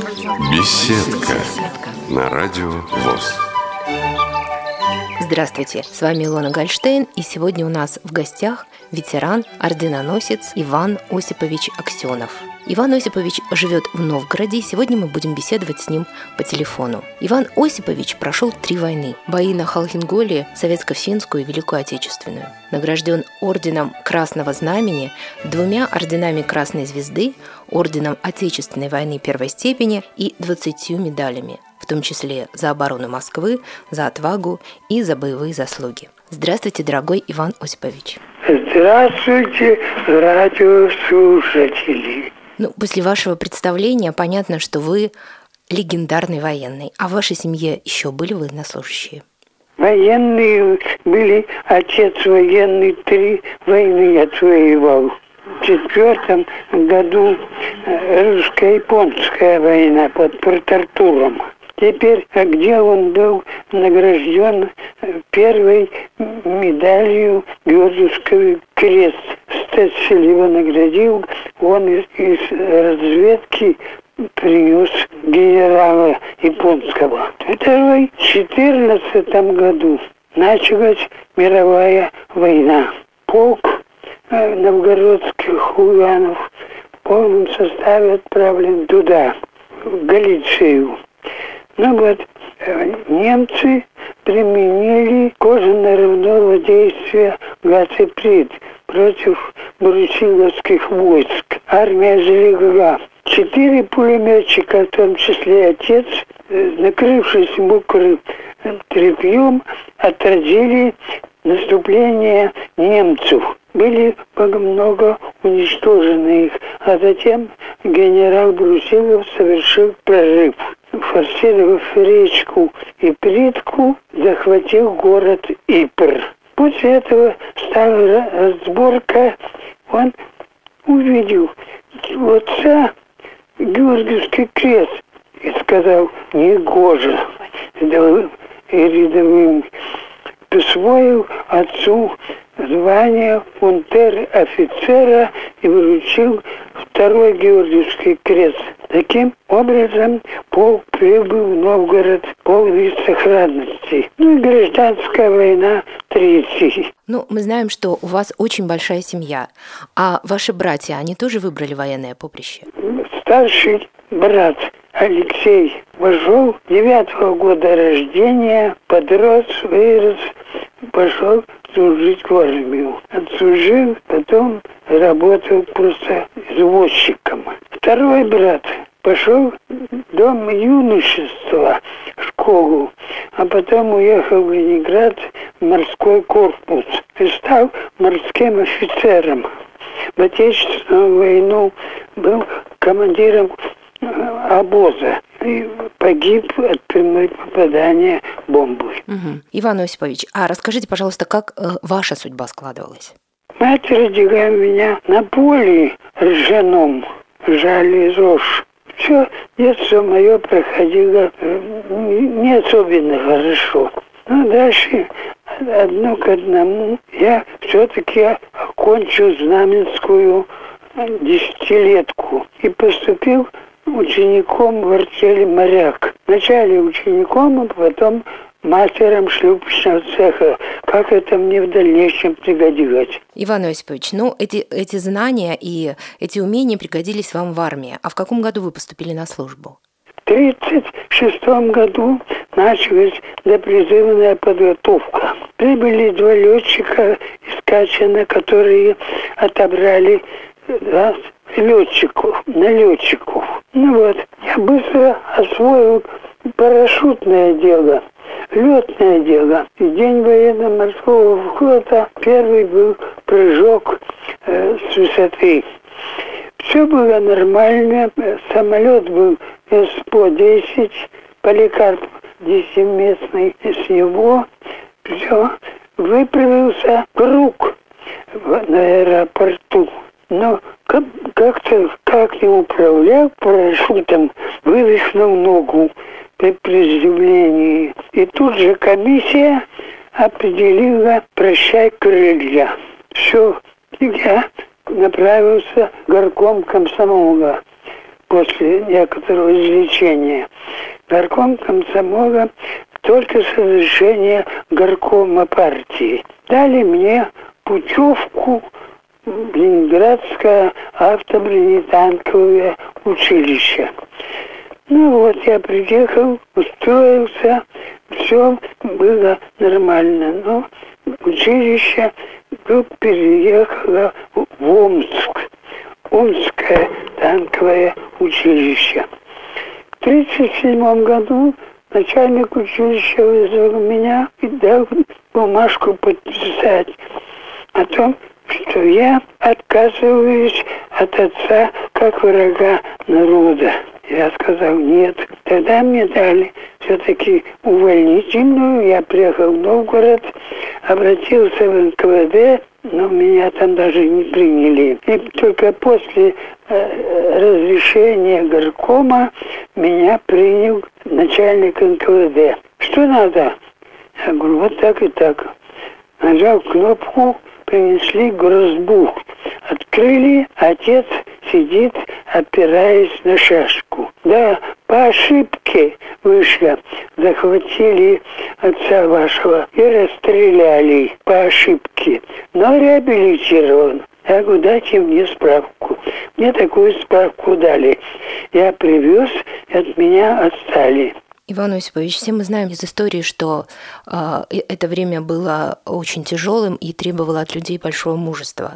Беседка на радио ВОС. Здравствуйте, с вами Илона Гольштейн, и сегодня у нас в гостях ветеран, орденоносец Иван Осипович Аксенов. Иван Осипович живет в Новгороде, и сегодня мы будем беседовать с ним по телефону. Иван Осипович прошел 3 войны. Бои на Халхин-Голе, Советско-финскую и Великую Отечественную. Награжден орденом Красного Знамени, 2 орденами Красной Звезды, орденом Отечественной войны первой степени и 20 медалями, в том числе за оборону Москвы, за отвагу и за боевые заслуги. Здравствуйте, дорогой Иван Осипович. Здравствуйте, радиослушатели. После вашего представления понятно, что вы легендарный военный. А в вашей семье еще были военнослужащие? Военные были. Отец военный, 3 войны отвоевал. В 4 году русско-японская война под Порт-Артуром. Теперь, где он был награжден 1-й медалью Георгиевский крест. Стетсель его наградил, он из разведки принес генерала японского. В 14 году началась мировая война. Полк новгородских уланов в полном составе отправлен туда, в Галицию. Немцы применили кожано-рывного действия гацеприд против брусиловских войск. Армия залегла. 4 пулеметчика, в том числе отец, накрывшись мокрым тряпьем, отразили наступление немцев. Были много уничтожены их, а затем генерал Брусилов совершил прорыв. Форсировав речку Ипритку, захватил город Ипр. После этого стала разборка. Он увидел у отца Георгиевский крест и сказал: негоже. Рядовым присвоил отцу звание унтер-офицера и вручил 2-й Георгиевский крест. Таким образом, полк прибыл в Новгород полной сохранности. И гражданская война 3. Мы знаем, что у вас очень большая семья. А ваши братья, они тоже выбрали военное поприще? Старший брат Алексей вошел 9-го года рождения, подрос, вырос, пошел служить в армию. Отслужил, потом работал просто извозчиком. 2-й брат пошел в дом юношества, в школу, а потом уехал в Ленинград в морской корпус и стал морским офицером. В Отечественную войну был командиром обоза и погиб от прямого попадания бомбы. Иван Осипович, а расскажите, пожалуйста, как ваша судьба складывалась? Мать родила меня на поле ржаном, жали рожь. Все детство мое проходило не особенно хорошо. Но дальше одно к одному я все-таки окончил Знаменскую 10-летку и поступил учеником в артели «Моряк». Вначале учеником, а потом мастером шлюпочного цеха. Как это мне в дальнейшем пригодилось. Иван Осипович, эти знания и эти умения пригодились вам в армии. А в каком году вы поступили на службу? В 1936 году началась допризывная подготовка. Прибыли 2 летчика из Качина, которые отобрали налетчиков. Я быстро освоил парашютное дело, летное дело. И день военно-морского флота первый был прыжок с высоты. Все было нормально. Самолет был СПО-10, Поликарп 10-местный. С него все выправился круг на аэропорту. Но как не управлял парашютом, вывихнул ногу при приземлении. И тут же комиссия определила «прощай крылья». Все, я направился горком комсомола. после некоторого излечения. Горком комсомола только с разрешения горкома партии. Дали мне путевку в Ленинградское автобронетанковое училище. Ну вот, я приехал, устроился, все было нормально. Но училище переехало в Омск. Омское танковое училище. В 1937 году начальник училища вызвал меня и дал бумажку подписать о том, что я отказываюсь от отца как врага народа. Я сказал нет. Тогда мне дали все-таки увольнительную. Я приехал в Новгород, обратился в НКВД, но меня там даже не приняли. И только после разрешения горкома меня принял начальник НКВД. Что надо? Я говорю, вот так и так. Нажал кнопку, принесли грозбух. Открыли, отец сидит, опираясь на шашку. Да, по ошибке вышло. Захватили отца вашего и расстреляли по ошибке. Но реабилитирован. Я говорю, дайте мне справку. Мне такую справку дали. Я привез, и от меня отстали. Иван Осипович, все мы знаем из истории, что это время было очень тяжелым и требовало от людей большого мужества.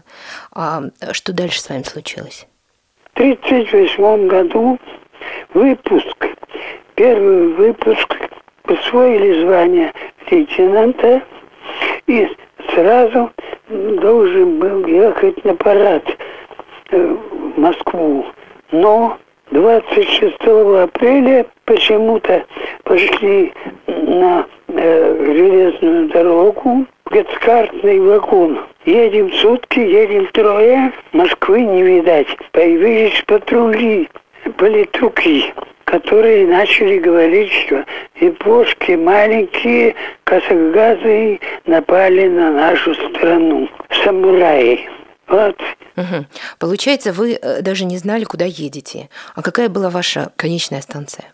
Что дальше с вами случилось? В 1938 году выпуск, первый выпуск, присвоили звание лейтенанта и сразу должен был ехать на парад в Москву. Но 26 апреля почему-то пошли на железную дорогу, плацкартный вагон. Едем сутки, едем трое, Москвы не видать. Появились патрули, политруки, которые начали говорить, что япошки маленькие, косоглазые напали на нашу страну. Самураи. Вот. Угу. Получается, вы даже не знали, куда едете. А какая была ваша конечная станция?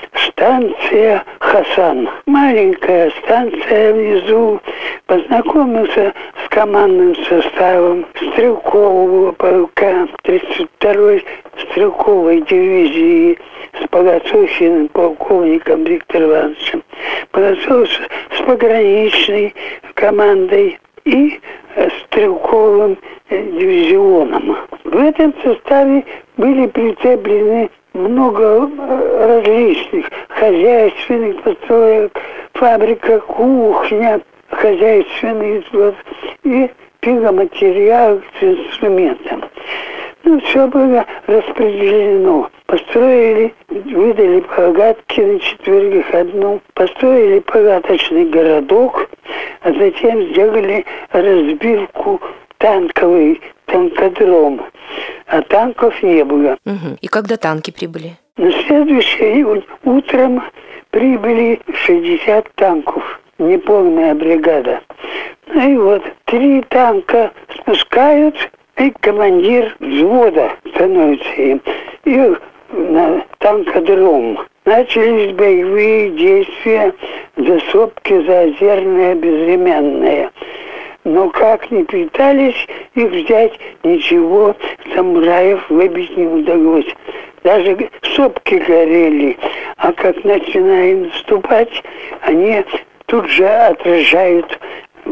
Станция Хасан. Маленькая станция внизу. Познакомился с командным составом стрелкового полка 32-й стрелковой дивизии с Погосухиным полковником Виктором Ивановичем. Познакомился с пограничной командой и стрелковым дивизионом. В этом составе были прицеплены много различных хозяйственных построек, фабрика, кухня, хозяйственный и пиломатериал с инструментом. Ну, все было распределено. Построили, выдали палатки на четверых одну, построили палаточный городок, а затем сделали разбивку танковый танкодром. А танков не было. Угу. И когда танки прибыли? На следующее утром прибыли 60 танков. Неполная бригада. Ну и вот 3 танка спускают, и командир взвода становится им. И на танкодром. Начались боевые действия за сопки, Заозерное, Безымянное. Но как ни пытались их взять, ничего самураев выбить не удалось. Даже сопки горели. А как начинаем наступать, они тут же отражают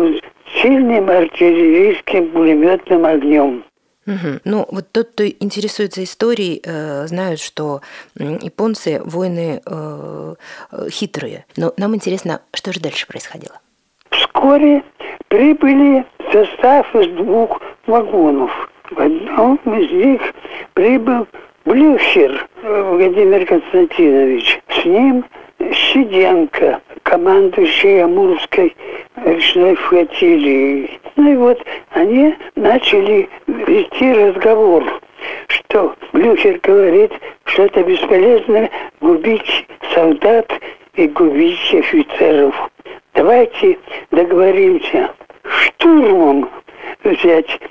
сильным артиллерийским пулеметным огнем. Угу. Ну, вот тот, кто интересуется историей, знают, что японцы воины хитрые. Но нам интересно, что же дальше происходило? Вскоре прибыли состав из 2 вагонов. В одном из них прибыл Блюхер Владимир Константинович. С ним Щеденко, командующий Амурской речной флотилией. Ну и вот они начали вести разговор, что Блюхер говорит, что это бесполезно губить солдат и губить офицеров. Давайте договоримся штурмом взять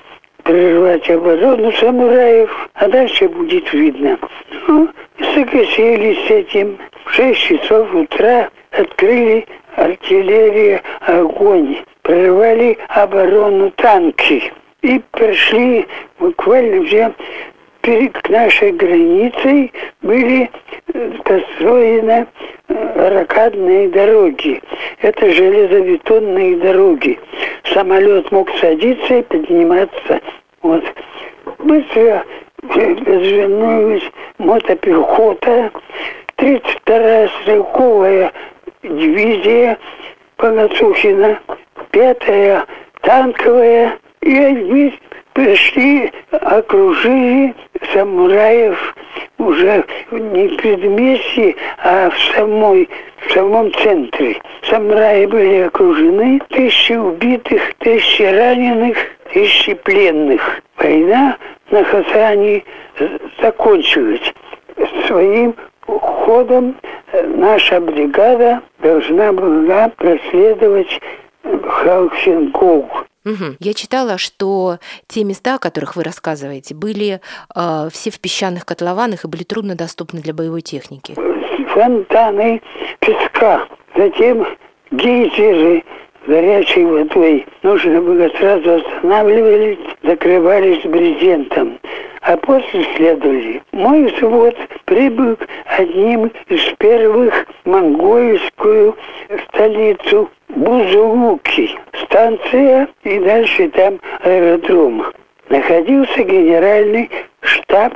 прервать оборону самураев, а дальше будет видно. Ну, согласились с этим. В 6 часов утра открыли артиллерия огонь, прорвали оборону танки и прошли буквально уже перед нашей границей, были построены рокадные дороги. Это железобетонные дороги. Самолет мог садиться и подниматься. Вот. Быстро развернулась мотопехота, 32-я стрелковая дивизия Погосухина, 5-я танковая, и они пришли, окружили самураев уже не в предместье, а в самом центре. Самураи были окружены, 1000 убитых, 1000 раненых, 1000 пленных. Война на Хасане закончилась. Своим ходом наша бригада должна была проследовать Халхингоу. Я читала, что те места, о которых вы рассказываете, были все в песчаных котлованах и были труднодоступны для боевой техники. Фонтаны песка, затем гейзеры горячей водой. Нужно было сразу останавливались, закрывались брезентом. А после следовали. Мой взвод прибыл одним из первых в монгольскую столицу Бузулуки. Станция и дальше там аэродром. Находился генеральный штаб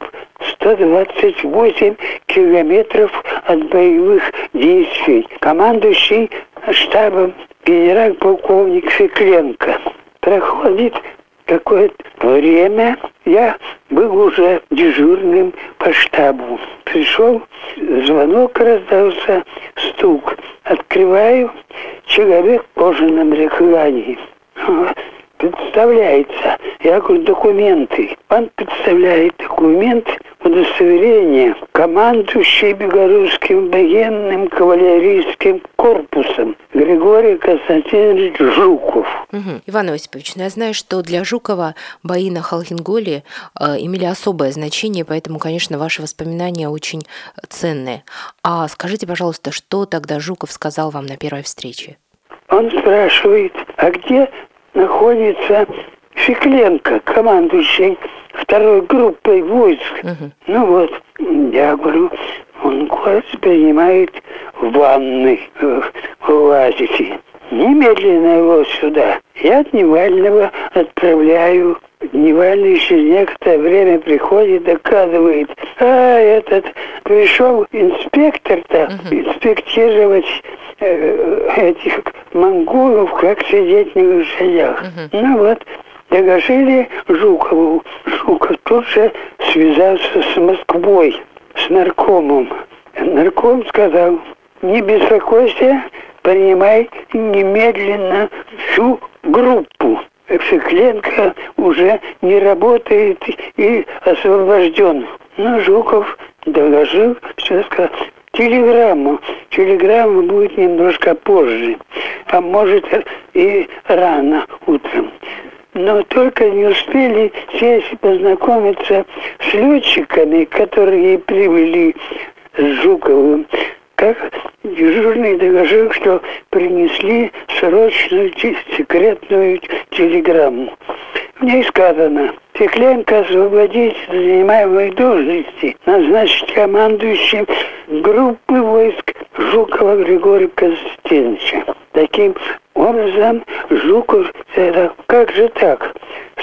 128 километров от боевых действий. Командующий штабом генерал-полковник Фекленко. Проходит какое-то время, я был уже дежурным по штабу. Пришел, звонок раздался, стук. Открываю, человек в кожаном рекламе. Представляется. Я говорю, документы. Он представляет документ, удостоверение, командующий Белорусским военным кавалерийским корпусом Григорий Константинович Жуков. Иван Осипович, я знаю, что для Жукова бои на Халхинголе имели особое значение, поэтому, конечно, ваши воспоминания очень ценные. А скажите, пожалуйста, что тогда Жуков сказал вам на первой встрече? Он спрашивает, а где находится Фекленко, командующий второй группой войск. Ну вот, я говорю, он принимает ванны в оазисе. Немедленно его сюда. Я Дневального отправляю. Дневальный через некоторое время приходит, доказывает, этот пришел инспектор-то инспектировать этих монголов, как сидеть на лошадях. Ну вот, доложили Жукову. Жуков тут же связался с Москвой, с наркомом. Нарком сказал, не беспокойся, принимай немедленно всю группу. Фекленко уже не работает и освобожден. Но Жуков доложил, что сказал, телеграмма будет немножко позже, а может и рано утром. Но только не успели сесть и познакомиться с летчиками, которые прибыли с Жуковым, как дежурный доложил, что принесли срочную секретную телеграмму. В ней сказано, Фекленко освободить занимаемой должности, назначить командующим группы войск Жукова Григория Константиновича. Таким образом, Жуков сказал, как же так?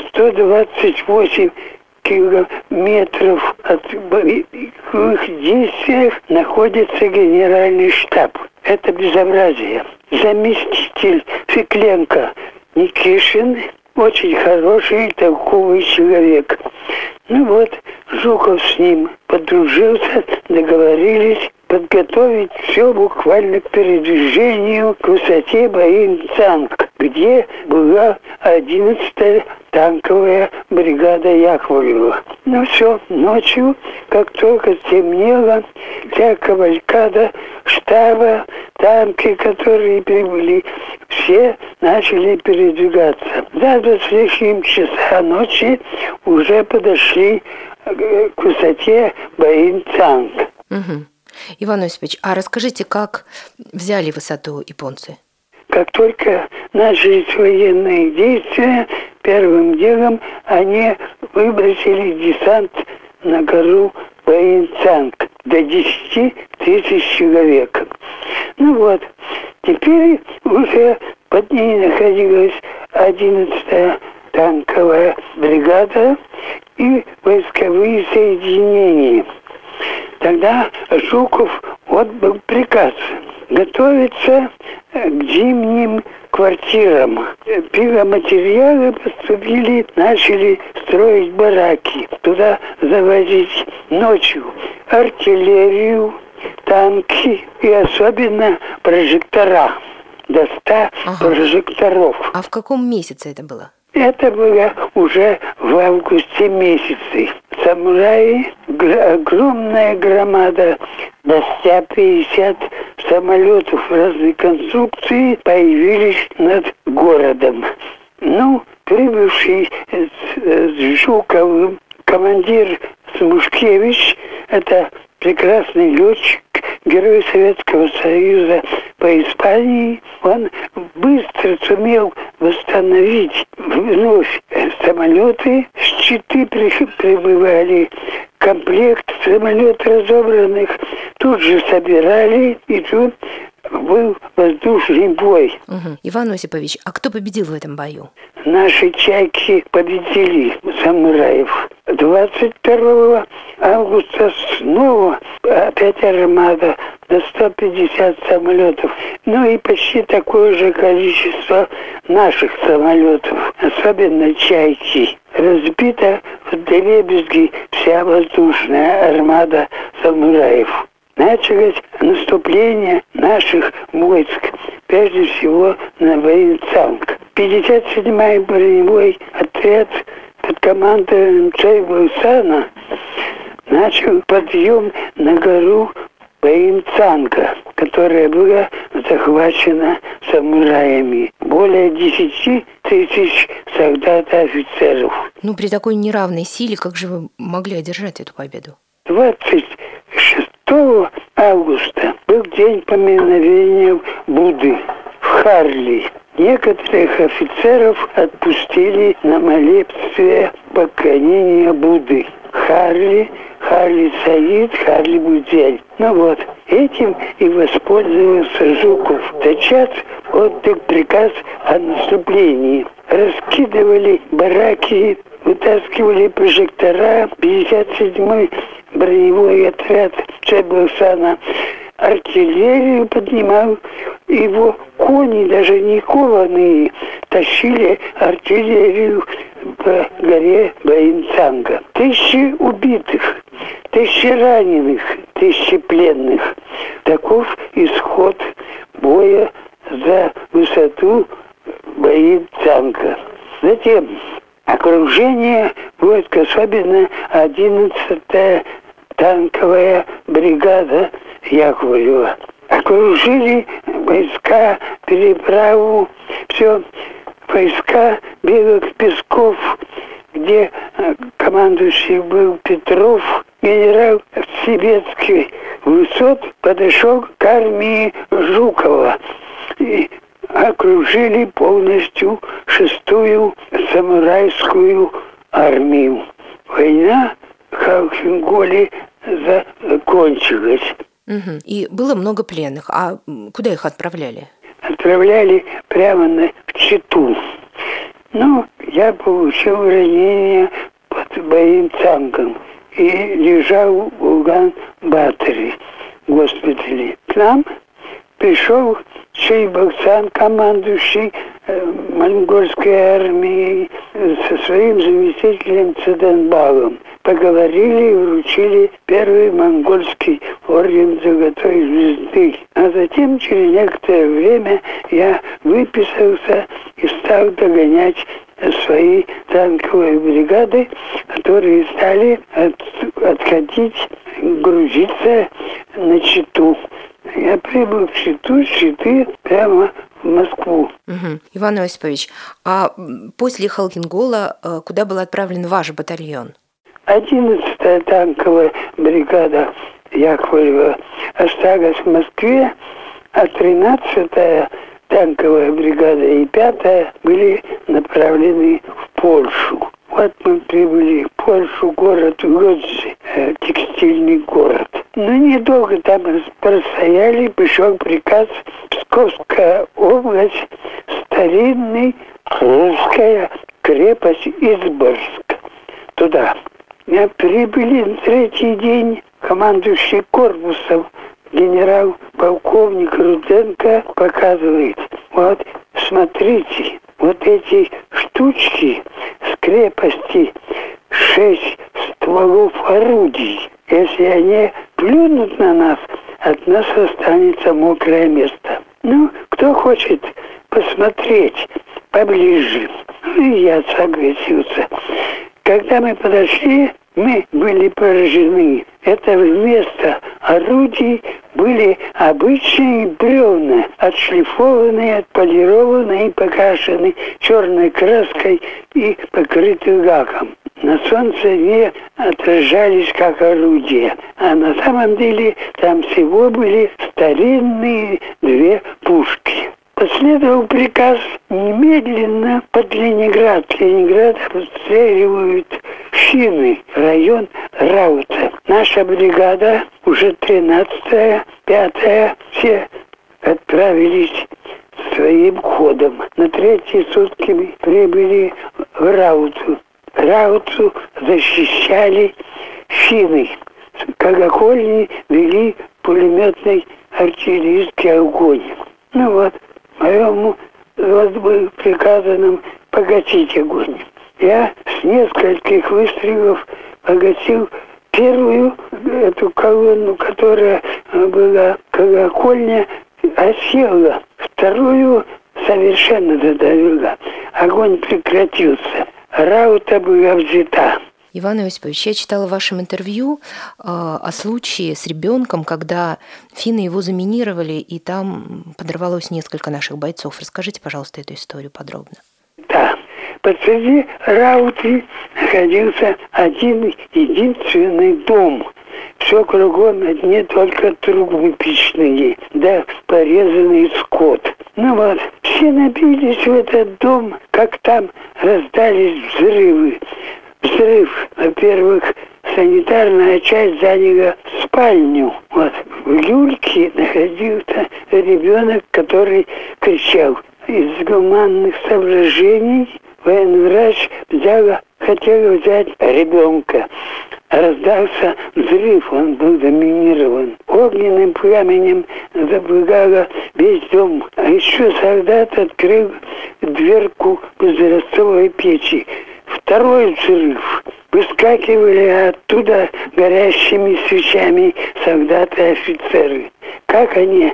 128 километров от боевых действий находится генеральный штаб. Это безобразие. Заместитель Фекленко Никишин очень хороший, толковый человек. Ну вот, Жуков с ним подружился, договорились, подготовить все буквально к передвижению к высоте Баин-Цанг, где была 11-я танковая бригада Яковлева. Ну все, ночью, как только стемнело, вся кавалькада штаба, танки, которые прибыли, все начали передвигаться. За 2 с лишним часа ночи уже подошли к высоте Баин-Цанг. Угу. Иван Осипович, а расскажите, как взяли высоту японцы? Как только начались военные действия, первым делом они выбросили десант на гору Баин-Цанг до 10 тысяч человек. Ну вот, теперь уже под ней находилась 11-я танковая бригада и войсковые соединения. Тогда Жуков отдал приказ готовиться к зимним квартирам. Пиломатериалы поступили, начали строить бараки. Туда завозить ночью артиллерию, танки и особенно прожектора. До 100 прожекторов. А в каком месяце это было? Это было уже в августе месяце. Самураи, огромная громада, до 150 самолетов разной конструкции появились над городом. Ну, прибывший с Жуковым командир Смушкевич, это прекрасный летчик, герой Советского Союза по Испании, он быстро сумел восстановить вновь самолеты. С Читы прибывали, комплект самолетов разобранных тут же собирали, и тут был воздушный бой. Угу. Иван Осипович, а кто победил в этом бою? Наши чайки победили самураев. 22 августа снова опять армада до 150 самолетов. Ну и почти такое же количество наших самолетов, особенно чайки. Разбита вдребезги вся воздушная армада самураев. Началось наступление наших войск, прежде всего на Баин-Цанг. 57-й броневой отряд под командованием Чайбусана начал подъем на гору Баин-Цанга, которая была захвачена самураями. Более 10 тысяч солдат и офицеров. Ну, при такой неравной силе, как же вы могли одержать эту победу? 26 августа был день поминовения Будды в Харли. Некоторых офицеров отпустили на молебствие поклонения Будды. Харли Саид, Харли Будзель. Ну вот, этим и воспользовался Жуков. Тотчас отдал приказ о наступлении. Раскидывали бараки, вытаскивали прожектора. 57-й броневой отряд Чайбусана артиллерию поднимал, его кони, даже не кованые, тащили артиллерию по горе Баин-Цанга. 1000 убитых, 1000 раненых, 1000 пленных. Таков исход боя за высоту Баин-Цанга. Затем окружение войск, особенно 11-я танковая бригада Яковлева. Окружили войска, переправу, все, войска Белых Песков, где командующий был Петров, генерал Сибецкий высот подошел к армии Жукова и окружили полностью 6-ю самурайскую армию. Война в Халхинголе закончилась. Угу. И было много пленных. А куда их отправляли? Отправляли прямо в Читу. Ну, я получил ранение под Баин-Цангом и лежал в Улан-Баторе в госпитале. К нам пришел Чейбоксан, командующий монгольской армией, со своим заместителем Цаданбалом. Поговорили и вручили первый монгольский орден Золотой Звезды. А затем, через некоторое время, я выписался и стал догонять свои танковые бригады, которые стали отходить, грузиться на Читу. Я прибыл в Читу, с Читы прямо в Москву. Иван Осипович, а после Халкингола куда был отправлен ваш батальон? 11-я танковая бригада Яковлева осталась в Москве, а 13-я танковая бригада и 5-я были направлены в Польшу. Вот мы прибыли в Польшу, город Лодзи, текстильный город. Но недолго там простояли, пришел приказ Псковская область, старинный русская крепость Изборск. Туда. Мы прибыли на третий день, командующий корпусом генерал-полковник Руденко показывает: вот, смотрите, вот эти штучки с крепости 6 стволов орудий. Если они плюнут на нас, от нас останется мокрое место. Ну, кто хочет посмотреть поближе? Ну, и я согласился. Когда мы подошли, мы были поражены. Это вместо орудий были обычные бревна, отшлифованные, отполированные и покрашены черной краской и покрыты лаком. На солнце не отражались как орудия, а на самом деле там всего были старинные 2 пушки. Последовал приказ немедленно под Ленинград. Ленинград обстреливают финны, район Раута. Наша бригада, уже 13-я, 5-я, все отправились своим ходом. На 3-е сутки мы прибыли в Рауту. Рауту защищали финны. Колокольни вели пулеметный артиллерийский огонь. Ну вот. Моему был приказано погасить огонь. Я с нескольких выстрелов погасил первую эту колонну, которая была колокольня, осела. Вторую совершенно задавила. Огонь прекратился. Раута была взята. Иван Осипович, я читала в вашем интервью о случае с ребенком, когда финны его заминировали, и там подорвалось несколько наших бойцов. Расскажите, пожалуйста, эту историю подробно. Да. Посреди Рауты находился один единственный дом. Все кругом одни только трубы печные, да порезанный скот. Ну вот, все набились в этот дом, как там раздались взрывы. Взрыв, во-первых, санитарная часть заняла спальню. Вот в люльке находился ребенок, который кричал. Из гуманных соображений военврач хотел взять ребенка. Раздался взрыв, он был заминирован. Огненным пламенем запугало весь дом. А еще солдат открыл дверку возрастовой печи. Второй взрыв. Выскакивали оттуда горящими свечами солдаты и офицеры. Как они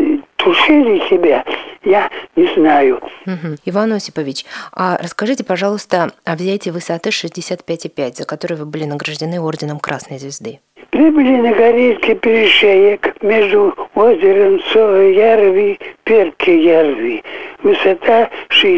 тушили себя, я не знаю. Иван Осипович, а расскажите, пожалуйста, о взятии высоты 65,5, за которую вы были награждены орденом Красной Звезды. Прибыли на Корейский перешеек между озером Соя-Ярви и Перки-Ярви. Высота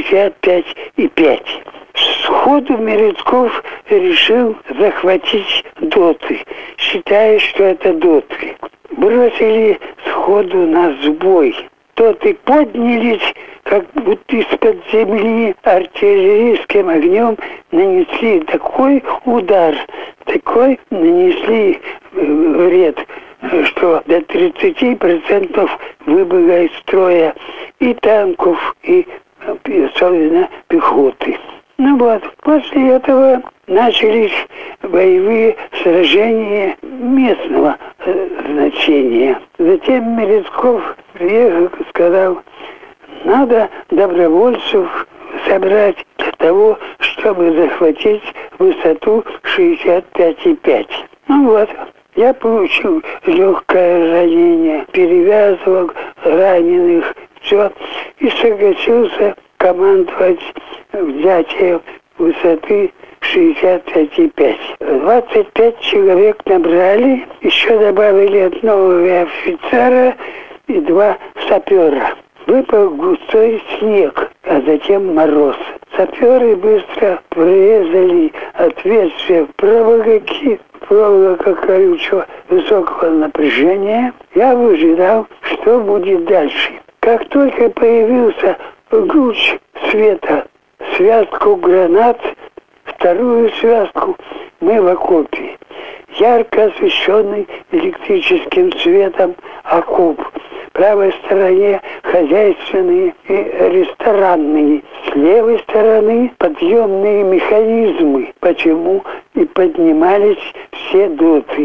65,5. Сходу Мерецков решил захватить доты, считая, что это доты. Бросили сходу на сбой. Доты поднялись, как будто из-под земли, артиллерийским огнем нанесли такой удар, такой нанесли вред, что до 30% выбыло из строя и танков, и особенно пехоты. Ну вот, после этого начались боевые сражения местного значения. Затем Мерецков приехал и сказал, надо добровольцев собрать для того, чтобы захватить высоту 65,5. Ну вот, я получил легкое ранение, перевязывал раненых, все, и согласился командовать взятием высоты 65,5. 25 человек набрали, еще добавили одного офицера и 2 сапера. Выпал густой снег, а затем мороз. Саперы быстро прорезали отверстие в проволока колючего высокого напряжения. Я выжидал, что будет дальше. Как только появился луч света, связку гранат, вторую связку мы в окопе. Ярко освещенный электрическим светом окоп. В правой стороне хозяйственные и ресторанные. С левой стороны подъемные механизмы. Почему и поднимались все доты.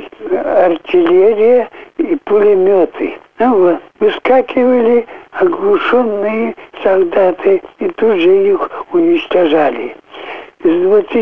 Артиллерия и пулеметы. Ну вот, выскакивали оглушенные солдаты и тут же их уничтожали. Из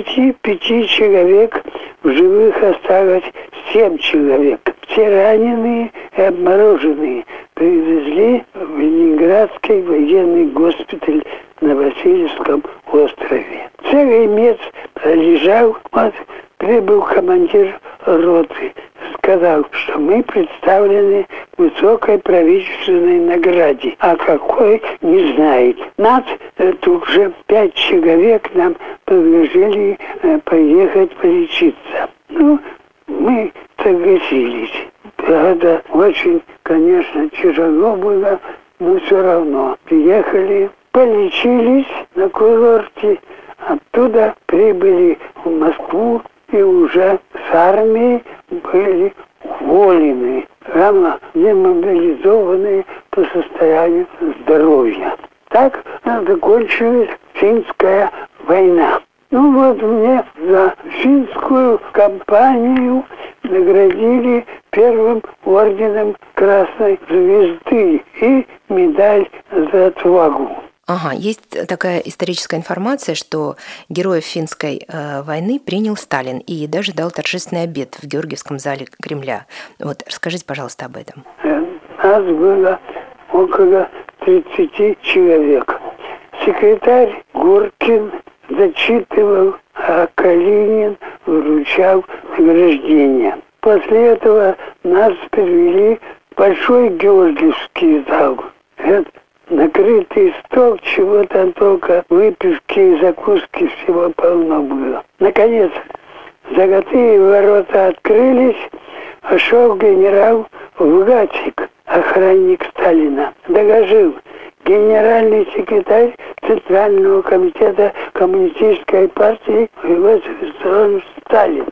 25 человек в живых осталось 7 человек. Все раненые и обмороженные привезли в Ленинградский военный госпиталь на Васильевском острове. Целый месяц пролежал, вот прибыл командир роты. Сказал, что мы представлены высокой правительственной награде, а какой не знает. Нас тут же 5 человек нам предложили поехать полечиться. Ну, мы согласились. Правда, очень, конечно, тяжело было, но все равно. Приехали, полечились на курорте, оттуда прибыли в Москву и уже с армией были уволены, прямо демобилизованные по состоянию здоровья. Так закончилась финская война. Ну вот мне за финскую кампанию наградили первым орденом Красной Звезды и медаль за отвагу. Ага, есть такая историческая информация, что героев финской войны принял Сталин и даже дал торжественный обед в Георгиевском зале Кремля. Вот, расскажите, пожалуйста, об этом. Нас было около 30 человек. Секретарь Гуркин зачитывал, а Калинин вручал награждение. После этого нас перевели в Большой Георгиевский зал. Это накрытый стол, чего там только выпивки и закуски всего полно было. Наконец, золотые ворота открылись, вошел генерал Вгатик, охранник Сталина. Доложил: генеральный секретарь Центрального комитета Коммунистической партии Иосиф Виссарионович Сталин.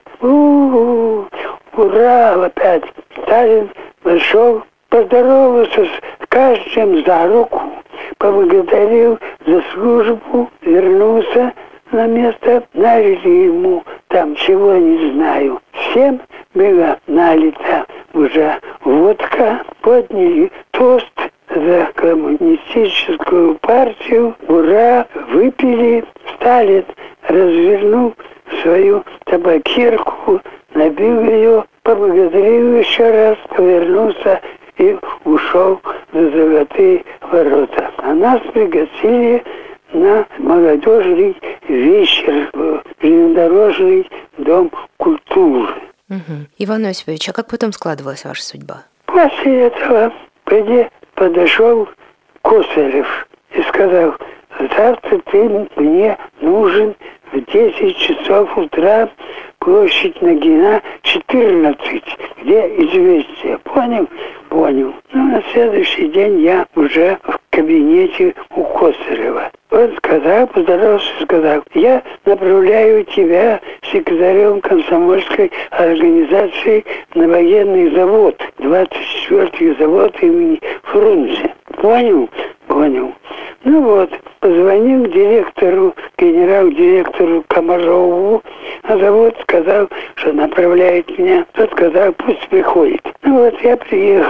Ура! Опять! Сталин вошел, поздоровался с каждым за руку, поблагодарил за службу, вернулся на место, налили ему там чего не знаю. Всем была налита уже водка, подняли тост за коммунистическую партию, ура, выпили. Сталин развернул свою табакерку, набил ее, поблагодарил еще раз, повернулся и ушел за золотые ворота. А нас пригласили на молодежный вечер в железнодорожный дом культуры. Иван Осипович, а как потом складывалась ваша судьба? После этого подошел Косарев и сказал: завтра ты мне нужен в 10 часов утра, площадь Нагина, 14, где известие. Понял? Понял. Ну, на следующий день я уже в кабинете у Косарева. Он сказал, поздоровался и сказал: я направляю тебя секретарем комсомольской организации на военный завод, 24-й завод имени Фрунзе. Понял? Понял. Ну вот, позвонил директору, генерал-директору Комарову на завод, сказал, что направляет меня. Тот сказал, пусть приходит. Ну вот, я приехал.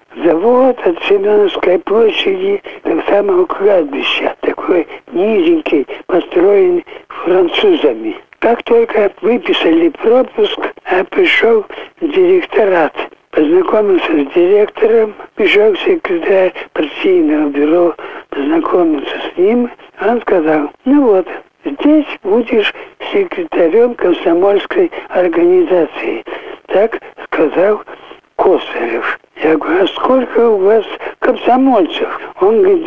завод от Семеновской площади до самого кладбища. Такой низенький, построенный французами. Как только выписали пропуск, я пришел в директорат. Познакомился с директором, пришел секретарь партийного бюро, познакомился с ним. Он сказал: ну вот, здесь будешь секретарем комсомольской организации. Так сказал Косарев. Я говорю: а сколько у вас комсомольцев? Он говорит: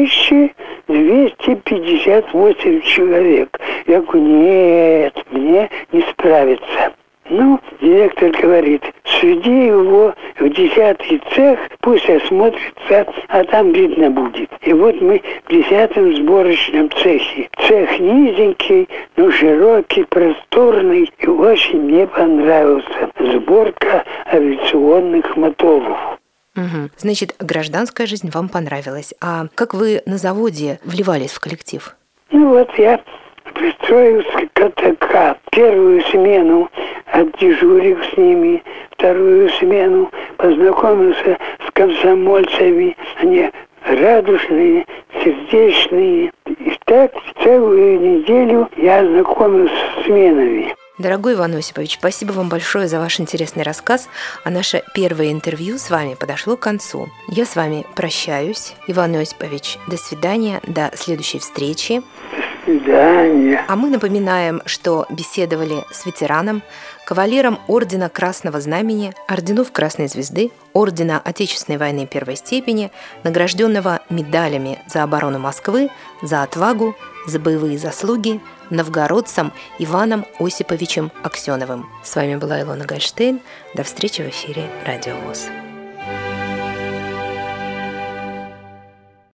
2258 человек. Я говорю: нет, мне не справиться. Ну, директор говорит: сведи его в 10-й цех, пусть осмотрится, а там видно будет. И вот мы в 10-м сборочном цехе. Цех низенький, но широкий, просторный, и очень мне понравился. Сборка авиационных моторов. Угу. Значит, гражданская жизнь вам понравилась. А как вы на заводе вливались в коллектив? Ну вот я пристроился к КТК. Первую смену отдежурил с ними, вторую смену познакомился с комсомольцами. Они радушные, сердечные. И так целую неделю я знакомился с сменами. Дорогой Иван Осипович, спасибо вам большое за ваш интересный рассказ, а наше первое интервью с вами подошло к концу. Я с вами прощаюсь. Иван Осипович, до свидания, до следующей встречи. До свидания. А мы напоминаем, что беседовали с ветераном, кавалером Ордена Красного Знамени, Орденов Красной Звезды, Ордена Отечественной войны первой степени, награжденного медалями за оборону Москвы, за отвагу, за боевые заслуги, новгородцем Иваном Осиповичем Аксеновым. С вами была Илона Гольштейн. До встречи в эфире Радио ВОС.